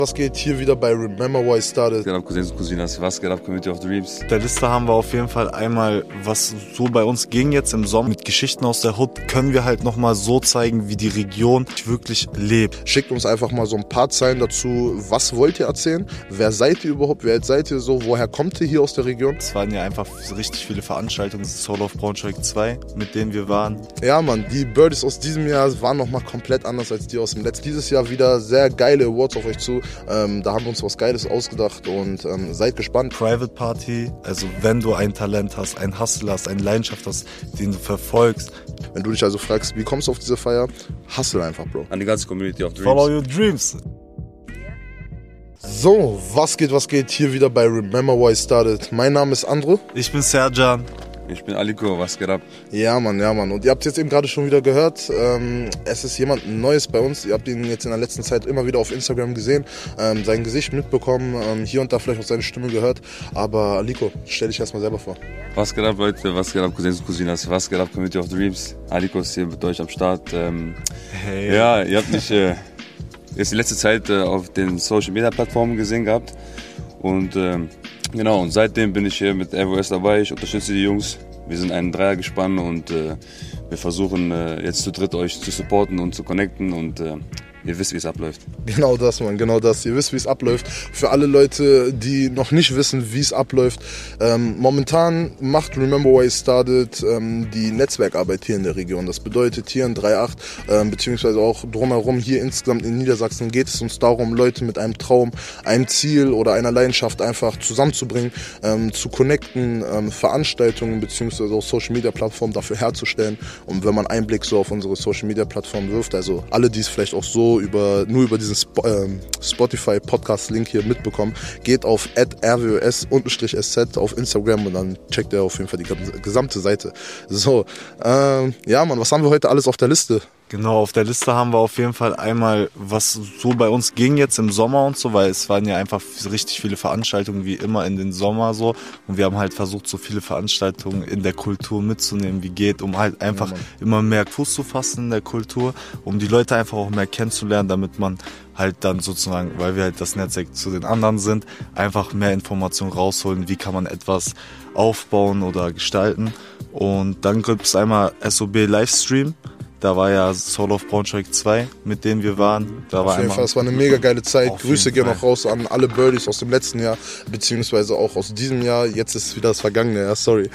Was geht hier wieder bei Remember Why I Started? Was geht ab, Cousins und Cousines? Was geht ab, Community of Dreams? Auf der Liste haben wir auf jeden Fall einmal, was so bei uns ging jetzt im Sommer. Mit Geschichten aus der Hood können wir halt nochmal so zeigen, wie die Region wirklich lebt. Schickt uns einfach mal so ein paar Zeilen dazu. Was wollt ihr erzählen? Wer seid ihr überhaupt? Wer seid ihr so? Woher kommt ihr hier aus der Region? Es waren ja einfach richtig viele Veranstaltungen. Soul of Braunschweig 2, mit denen wir waren. Ja, Mann, die Birdies aus diesem Jahr waren nochmal komplett anders als die aus dem letzten. Dieses Jahr wieder sehr geile Awards auf euch zu. Da haben wir uns was Geiles ausgedacht und seid gespannt. Private Party, also wenn du ein Talent hast, ein Hustle hast, eine Leidenschaft hast, den du verfolgst. Wenn du dich also fragst, wie kommst du auf diese Feier? Hustle einfach, Bro. An die ganze Community of Dreams. Follow your dreams. So, was geht hier wieder bei Remember Why I Started. Mein Name ist Andro. Ich bin Serjan. Ich bin Aliko, was geht ab? Ja, Mann. Und ihr habt jetzt eben gerade schon wieder gehört, es ist jemand Neues bei uns. Ihr habt ihn jetzt in der letzten Zeit immer wieder auf Instagram gesehen, sein Gesicht mitbekommen, hier und da vielleicht auch seine Stimme gehört. Aber Aliko, stell dich erstmal selber vor. Was geht ab, Leute? Was geht ab, Cousins und Cousines? Was geht ab, Community of Dreams? Aliko ist hier mit euch am Start. Hey. Ja, ihr habt mich jetzt die letzte Zeit auf den Social Media Plattformen gesehen gehabt. Und genau, und seitdem bin ich hier mit RWS dabei. Ich unterstütze die Jungs. Wir sind ein Dreiergespann und wir versuchen jetzt zu dritt euch zu supporten und zu connecten und ihr wisst, wie es abläuft. Genau das, Mann, genau das. Ihr wisst, wie es abläuft. Für alle Leute, die noch nicht wissen, wie es abläuft, momentan macht Remember Why I Started die Netzwerkarbeit hier in der Region. Das bedeutet, hier in 3.8, beziehungsweise auch drumherum hier insgesamt in Niedersachsen geht es uns darum, Leute mit einem Traum, einem Ziel oder einer Leidenschaft einfach zusammenzubringen, zu connecten, Veranstaltungen beziehungsweise auch Social Media Plattformen dafür herzustellen. Und wenn man einen Blick so auf unsere Social Media Plattform wirft, also alle, die es vielleicht auch so nur über diesen Spotify Podcast Link hier mitbekommen, geht auf @rws_sz auf Instagram und dann checkt ihr auf jeden Fall die gesamte Seite. So, ja, Mann, was haben wir heute alles auf der Liste? Genau, auf der Liste haben wir auf jeden Fall einmal, was so bei uns ging jetzt im Sommer und so, weil es waren ja einfach richtig viele Veranstaltungen wie immer in den Sommer so und wir haben halt versucht, so viele Veranstaltungen in der Kultur mitzunehmen, wie geht, um halt einfach immer mehr Fuß zu fassen in der Kultur, um die Leute einfach auch mehr kennenzulernen, damit man halt dann sozusagen, weil wir halt das Netzwerk zu den anderen sind, einfach mehr Informationen rausholen, wie kann man etwas aufbauen oder gestalten. Und dann gibt es einmal SOB Livestream. Da war ja Soul of Braunschweig 2, mit denen wir waren. Auf jeden Fall, es war eine mega geile Zeit. Grüße gehen noch raus an alle Birdies aus dem letzten Jahr, beziehungsweise auch aus diesem Jahr. Jetzt ist es wieder das vergangene Jahr, sorry.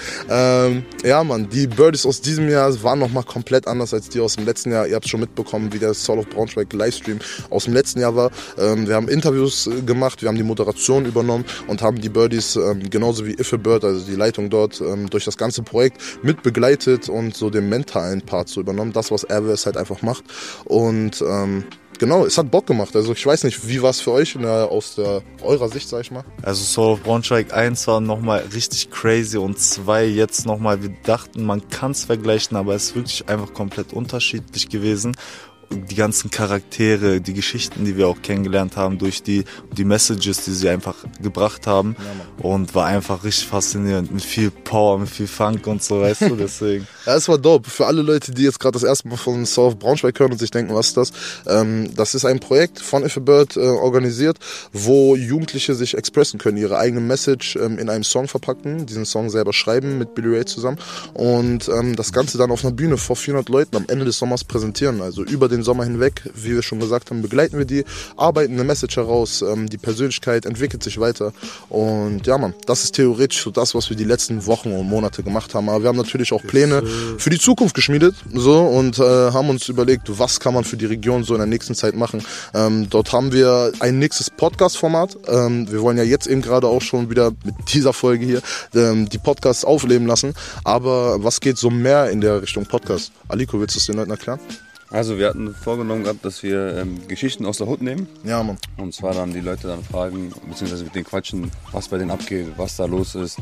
Ja, Mann, die Birdies aus diesem Jahr waren nochmal komplett anders als die aus dem letzten Jahr. Ihr habt schon mitbekommen, wie der Soul of Braunschweig Livestream aus dem letzten Jahr war. Wir haben Interviews gemacht, wir haben die Moderation übernommen und haben die Birdies genauso wie Ife Bird, also die Leitung dort, durch das ganze Projekt mit begleitet und so den mentalen Part so übernommen. Das, was RWS halt einfach macht. Und genau, es hat Bock gemacht. Also ich weiß nicht, wie war es für euch aus eurer Sicht, sag ich mal? Also Soul of Braunschweig 1 war nochmal richtig crazy und 2 jetzt nochmal, wir dachten, man kann es vergleichen, aber es ist wirklich einfach komplett unterschiedlich gewesen. Die ganzen Charaktere, die Geschichten, die wir auch kennengelernt haben durch die Messages, die sie einfach gebracht haben, und war einfach richtig faszinierend, mit viel Power, mit viel Funk und so, weißt du, deswegen. Ja, es war dope. Für alle Leute, die jetzt gerade das erste Mal von Soul of Braunschweig hören und sich denken, was ist das? Das ist ein Projekt von Ife Bird organisiert, wo Jugendliche sich expressen können, ihre eigene Message in einem Song verpacken, diesen Song selber schreiben mit Billy Ray zusammen und das Ganze dann auf einer Bühne vor 400 Leuten am Ende des Sommers präsentieren, also über den Sommer hinweg, wie wir schon gesagt haben, begleiten wir die, arbeiten eine Message heraus, die Persönlichkeit entwickelt sich weiter und ja, Mann, das ist theoretisch so das, was wir die letzten Wochen und Monate gemacht haben, aber wir haben natürlich auch Pläne für die Zukunft geschmiedet so und haben uns überlegt, was kann man für die Region so in der nächsten Zeit machen. Dort haben wir ein nächstes Podcast-Format, wir wollen ja jetzt eben gerade auch schon wieder mit dieser Folge hier die Podcasts aufleben lassen, aber was geht so mehr in der Richtung Podcast? Aliko, willst du es den Leuten erklären? Also wir hatten vorgenommen gehabt, dass wir Geschichten aus der Hood nehmen. Ja, Mann. Und zwar dann die Leute dann fragen, beziehungsweise mit denen quatschen, was bei denen abgeht, was da los ist.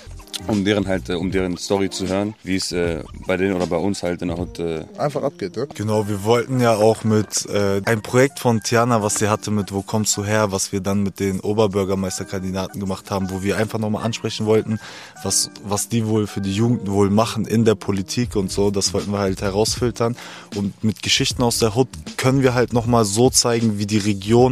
Um deren Story zu hören, wie es bei denen oder bei uns halt in der Hood einfach abgeht, ne? Genau, wir wollten ja auch mit ein Projekt von Tiana, was sie hatte mit Wo kommst du her, was wir dann mit den Oberbürgermeisterkandidaten gemacht haben, wo wir einfach nochmal ansprechen wollten, was die wohl für die Jugend wohl machen in der Politik und so, das wollten wir halt herausfiltern und mit Geschichten aus der Hood können wir halt nochmal so zeigen, wie die Region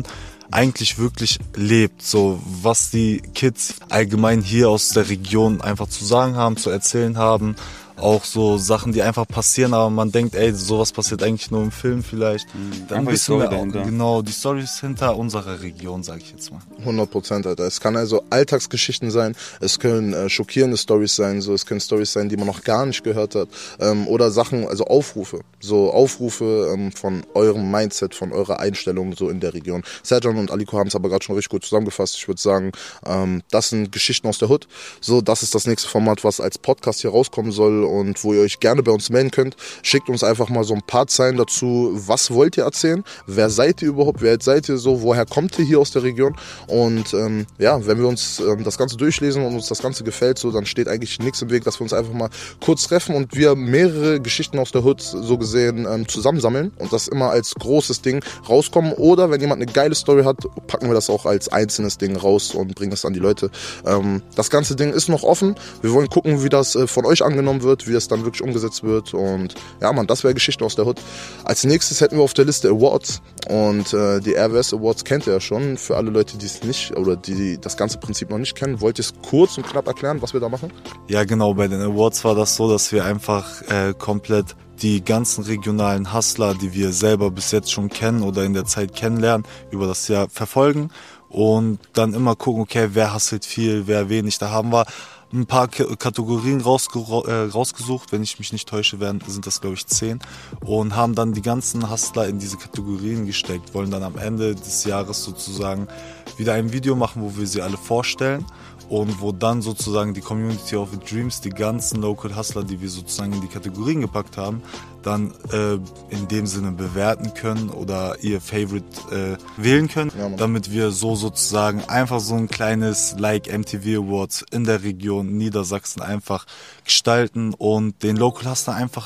eigentlich wirklich lebt, so was die Kids allgemein hier aus der Region einfach zu sagen haben, zu erzählen haben. Auch so Sachen, die einfach passieren, aber man denkt, ey, sowas passiert eigentlich nur im Film vielleicht. Dann wissen wir auch, genau, die Storys hinter unserer Region, sage ich jetzt mal. 100%, Alter. Es kann also Alltagsgeschichten sein, es können schockierende Storys sein, so, es können Storys sein, die man noch gar nicht gehört hat, oder Sachen, also Aufrufe, so Aufrufe von eurem Mindset, von eurer Einstellung so in der Region. Serjan und Aliko haben es aber gerade schon richtig gut zusammengefasst. Ich würde sagen, das sind Geschichten aus der Hood. So, das ist das nächste Format, was als Podcast hier rauskommen soll und wo ihr euch gerne bei uns melden könnt. Schickt uns einfach mal so ein paar Zeilen dazu, was wollt ihr erzählen, wer seid ihr überhaupt, wer seid ihr so, woher kommt ihr hier aus der Region und ja, wenn wir uns das Ganze durchlesen und uns das Ganze gefällt, so, dann steht eigentlich nichts im Weg, dass wir uns einfach mal kurz treffen und wir mehrere Geschichten aus der Hood so gesehen zusammensammeln und das immer als großes Ding rauskommen, oder wenn jemand eine geile Story hat, packen wir das auch als einzelnes Ding raus und bringen es an die Leute. Das ganze Ding ist noch offen, wir wollen gucken, wie das von euch angenommen wird, wie es dann wirklich umgesetzt wird und ja, man, das wäre Geschichte aus der Hood. Als nächstes hätten wir auf der Liste Awards und die RWS Awards kennt ihr ja schon. Für alle Leute, die es nicht oder die das ganze Prinzip noch nicht kennen, wollt ihr es kurz und knapp erklären, was wir da machen? Ja, genau, bei den Awards war das so, dass wir einfach komplett die ganzen regionalen Hustler, die wir selber bis jetzt schon kennen oder in der Zeit kennenlernen, über das Jahr verfolgen und dann immer gucken, okay, wer hustelt viel, wer wenig. Da haben wir ein paar Kategorien rausgesucht, wenn ich mich nicht täusche, sind das glaube ich 10 und haben dann die ganzen Hustler in diese Kategorien gesteckt, wollen dann am Ende des Jahres sozusagen wieder ein Video machen, wo wir sie alle vorstellen und wo dann sozusagen die Community of the Dreams, die ganzen Local Hustler, die wir sozusagen in die Kategorien gepackt haben, dann in dem Sinne bewerten können oder ihr Favorite wählen können, ja, damit wir so sozusagen einfach so ein kleines Like MTV Awards in der Region Niedersachsen einfach gestalten und den Local Hustler einfach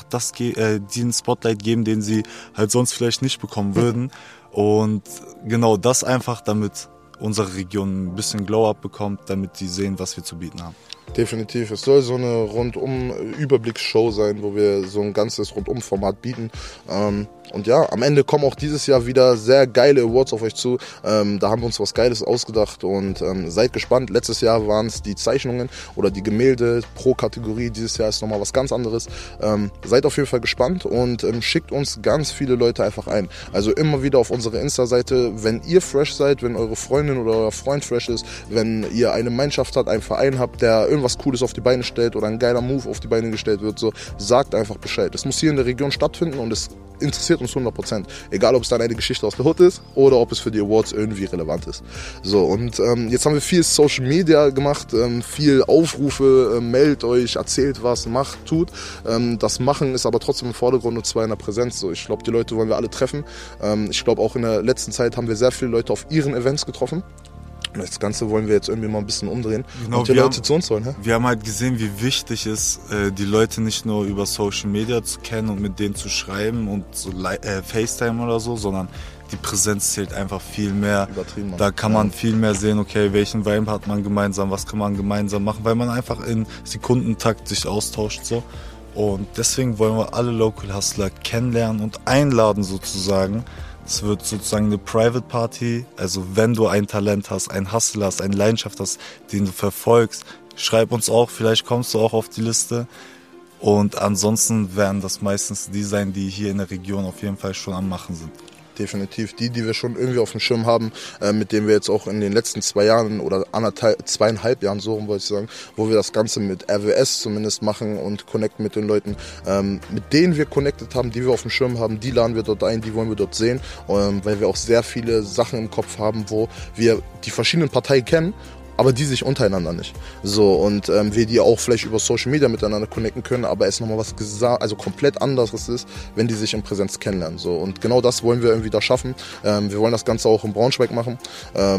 den Spotlight geben, den sie halt sonst vielleicht nicht bekommen würden. Und genau das einfach, damit unsere Region ein bisschen Glow-Up bekommt, damit die sehen, was wir zu bieten haben. Definitiv. Es soll so eine Rundum-Überblicksshow sein, wo wir so ein ganzes Rundum-Format bieten. Und ja, am Ende kommen auch dieses Jahr wieder sehr geile Awards auf euch zu. Da haben wir uns was Geiles ausgedacht und seid gespannt. Letztes Jahr waren es die Zeichnungen oder die Gemälde pro Kategorie. Dieses Jahr ist nochmal was ganz anderes. Seid auf jeden Fall gespannt und schickt uns ganz viele Leute einfach ein. Also immer wieder auf unsere Insta-Seite, wenn ihr fresh seid, wenn eure Freundin oder euer Freund fresh ist, wenn ihr eine Gemeinschaft habt, einen Verein habt, der irgendwas Cooles auf die Beine stellt oder ein geiler Move auf die Beine gestellt wird, so, sagt einfach Bescheid. Es muss hier in der Region stattfinden und es interessiert uns 100%. Egal, ob es dann eine Geschichte aus der Hood ist oder ob es für die Awards irgendwie relevant ist. So, und jetzt haben wir viel Social Media gemacht, viel Aufrufe, meldet euch, erzählt was, macht, tut. Das Machen ist aber trotzdem im Vordergrund und zwar in der Präsenz. So, ich glaube, die Leute wollen wir alle treffen. Ich glaube, auch in der letzten Zeit haben wir sehr viele Leute auf ihren Events getroffen. Das Ganze wollen wir jetzt irgendwie mal ein bisschen umdrehen, genau, und die Leute zu uns holen. Hä? Wir haben halt gesehen, wie wichtig es ist, die Leute nicht nur über Social Media zu kennen und mit denen zu schreiben und so FaceTime oder so, sondern die Präsenz zählt einfach viel mehr. Übertrieben, Mann. Da kann man viel mehr sehen, okay, welchen Vibe hat man gemeinsam, was kann man gemeinsam machen, weil man einfach in Sekundentakt sich austauscht. So. Und deswegen wollen wir alle Local Hustler kennenlernen und einladen sozusagen. Es wird sozusagen eine Private Party, also wenn du ein Talent hast, ein Hustle hast, eine Leidenschaft hast, den du verfolgst, schreib uns auch, vielleicht kommst du auch auf die Liste. Und ansonsten werden das meistens die sein, die hier in der Region auf jeden Fall schon am Machen sind. Definitiv. Die wir schon irgendwie auf dem Schirm haben, mit denen wir jetzt auch in den letzten 2 Jahren oder 2,5 Jahren, so rum wollte ich sagen, wo wir das Ganze mit RWS zumindest machen und connecten mit den Leuten, mit denen wir connected haben, die wir auf dem Schirm haben, die laden wir dort ein, die wollen wir dort sehen, weil wir auch sehr viele Sachen im Kopf haben, wo wir die verschiedenen Parteien kennen, aber die sich untereinander nicht. So, und wir die auch vielleicht über Social Media miteinander connecten können, aber es nochmal was komplett anderes ist, wenn die sich in Präsenz kennenlernen. So, und genau das wollen wir irgendwie da schaffen. Wir wollen das Ganze auch in Braunschweig machen.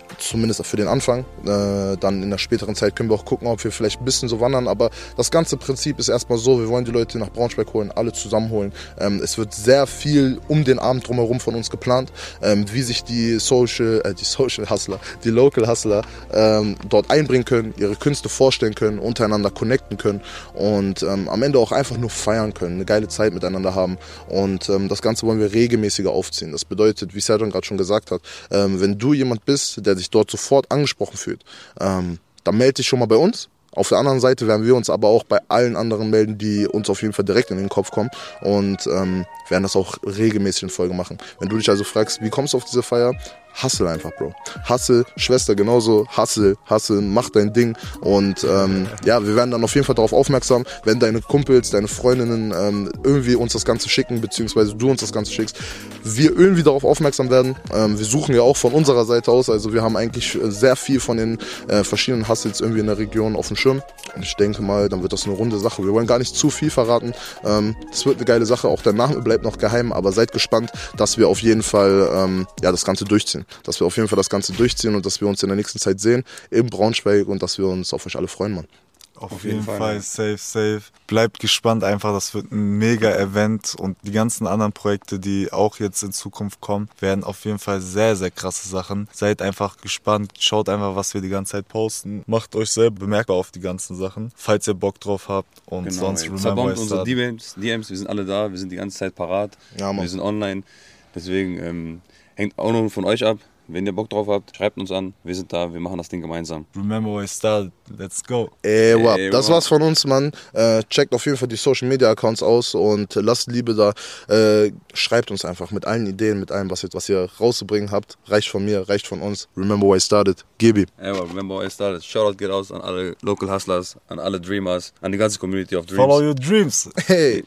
Zumindest für den Anfang. Dann in der späteren Zeit können wir auch gucken, ob wir vielleicht ein bisschen so wandern. Aber das ganze Prinzip ist erstmal so, wir wollen die Leute nach Braunschweig holen, alle zusammenholen. Es wird sehr viel um den Abend drumherum von uns geplant, wie sich die Social Hustler, die Local Hustler dort einbringen können, ihre Künste vorstellen können, untereinander connecten können und am Ende auch einfach nur feiern können, eine geile Zeit miteinander haben. Und das Ganze wollen wir regelmäßiger aufziehen. Das bedeutet, wie Serjan gerade schon gesagt hat, wenn du jemand bist, der sich dort sofort angesprochen fühlt, dann melde dich schon mal bei uns. Auf der anderen Seite werden wir uns aber auch bei allen anderen melden, die uns auf jeden Fall direkt in den Kopf kommen und werden das auch regelmäßig in Folge machen. Wenn du dich also fragst, wie kommst du auf diese Feier? Hustle einfach, Bro. Hustle, Schwester genauso, hustle, mach dein Ding und ja, wir werden dann auf jeden Fall darauf aufmerksam, wenn deine Kumpels, deine Freundinnen irgendwie uns das Ganze schicken, beziehungsweise du uns das Ganze schickst, wir irgendwie darauf aufmerksam werden. Wir suchen ja auch von unserer Seite aus, also wir haben eigentlich sehr viel von den verschiedenen Hustles irgendwie in der Region auf dem Schirm und ich denke mal, dann wird das eine runde Sache. Wir wollen gar nicht zu viel verraten, das wird eine geile Sache, auch der Name bleibt noch geheim, aber seid gespannt, dass wir auf jeden Fall ja, das Ganze durchziehen. Dass wir auf jeden Fall das Ganze durchziehen und dass wir uns in der nächsten Zeit sehen in Braunschweig und dass wir uns auf euch alle freuen, Mann. Auf jeden Fall, safe. Bleibt gespannt einfach, das wird ein Mega-Event und die ganzen anderen Projekte, die auch jetzt in Zukunft kommen, werden auf jeden Fall sehr, sehr krasse Sachen. Seid einfach gespannt, schaut einfach, was wir die ganze Zeit posten. Macht euch selber bemerkbar auf die ganzen Sachen, falls ihr Bock drauf habt und Genau, sonst remember unsere DMs, wir sind alle da, wir sind die ganze Zeit parat, ja, wir sind online, deswegen hängt auch nur von euch ab. Wenn ihr Bock drauf habt, schreibt uns an. Wir sind da, wir machen das Ding gemeinsam. Remember where I started. Let's go. Das war's von uns, Mann. Checkt auf jeden Fall die Social Media Accounts aus und lasst Liebe da. Schreibt uns einfach mit allen Ideen, mit allem, was ihr rauszubringen habt. Reicht von mir, reicht von uns. Remember where I started. Gibi. Remember where I started. Shoutout geht aus an alle Local Hustlers, an alle Dreamers, an die ganze Community of Dreams. Follow your dreams. Hey.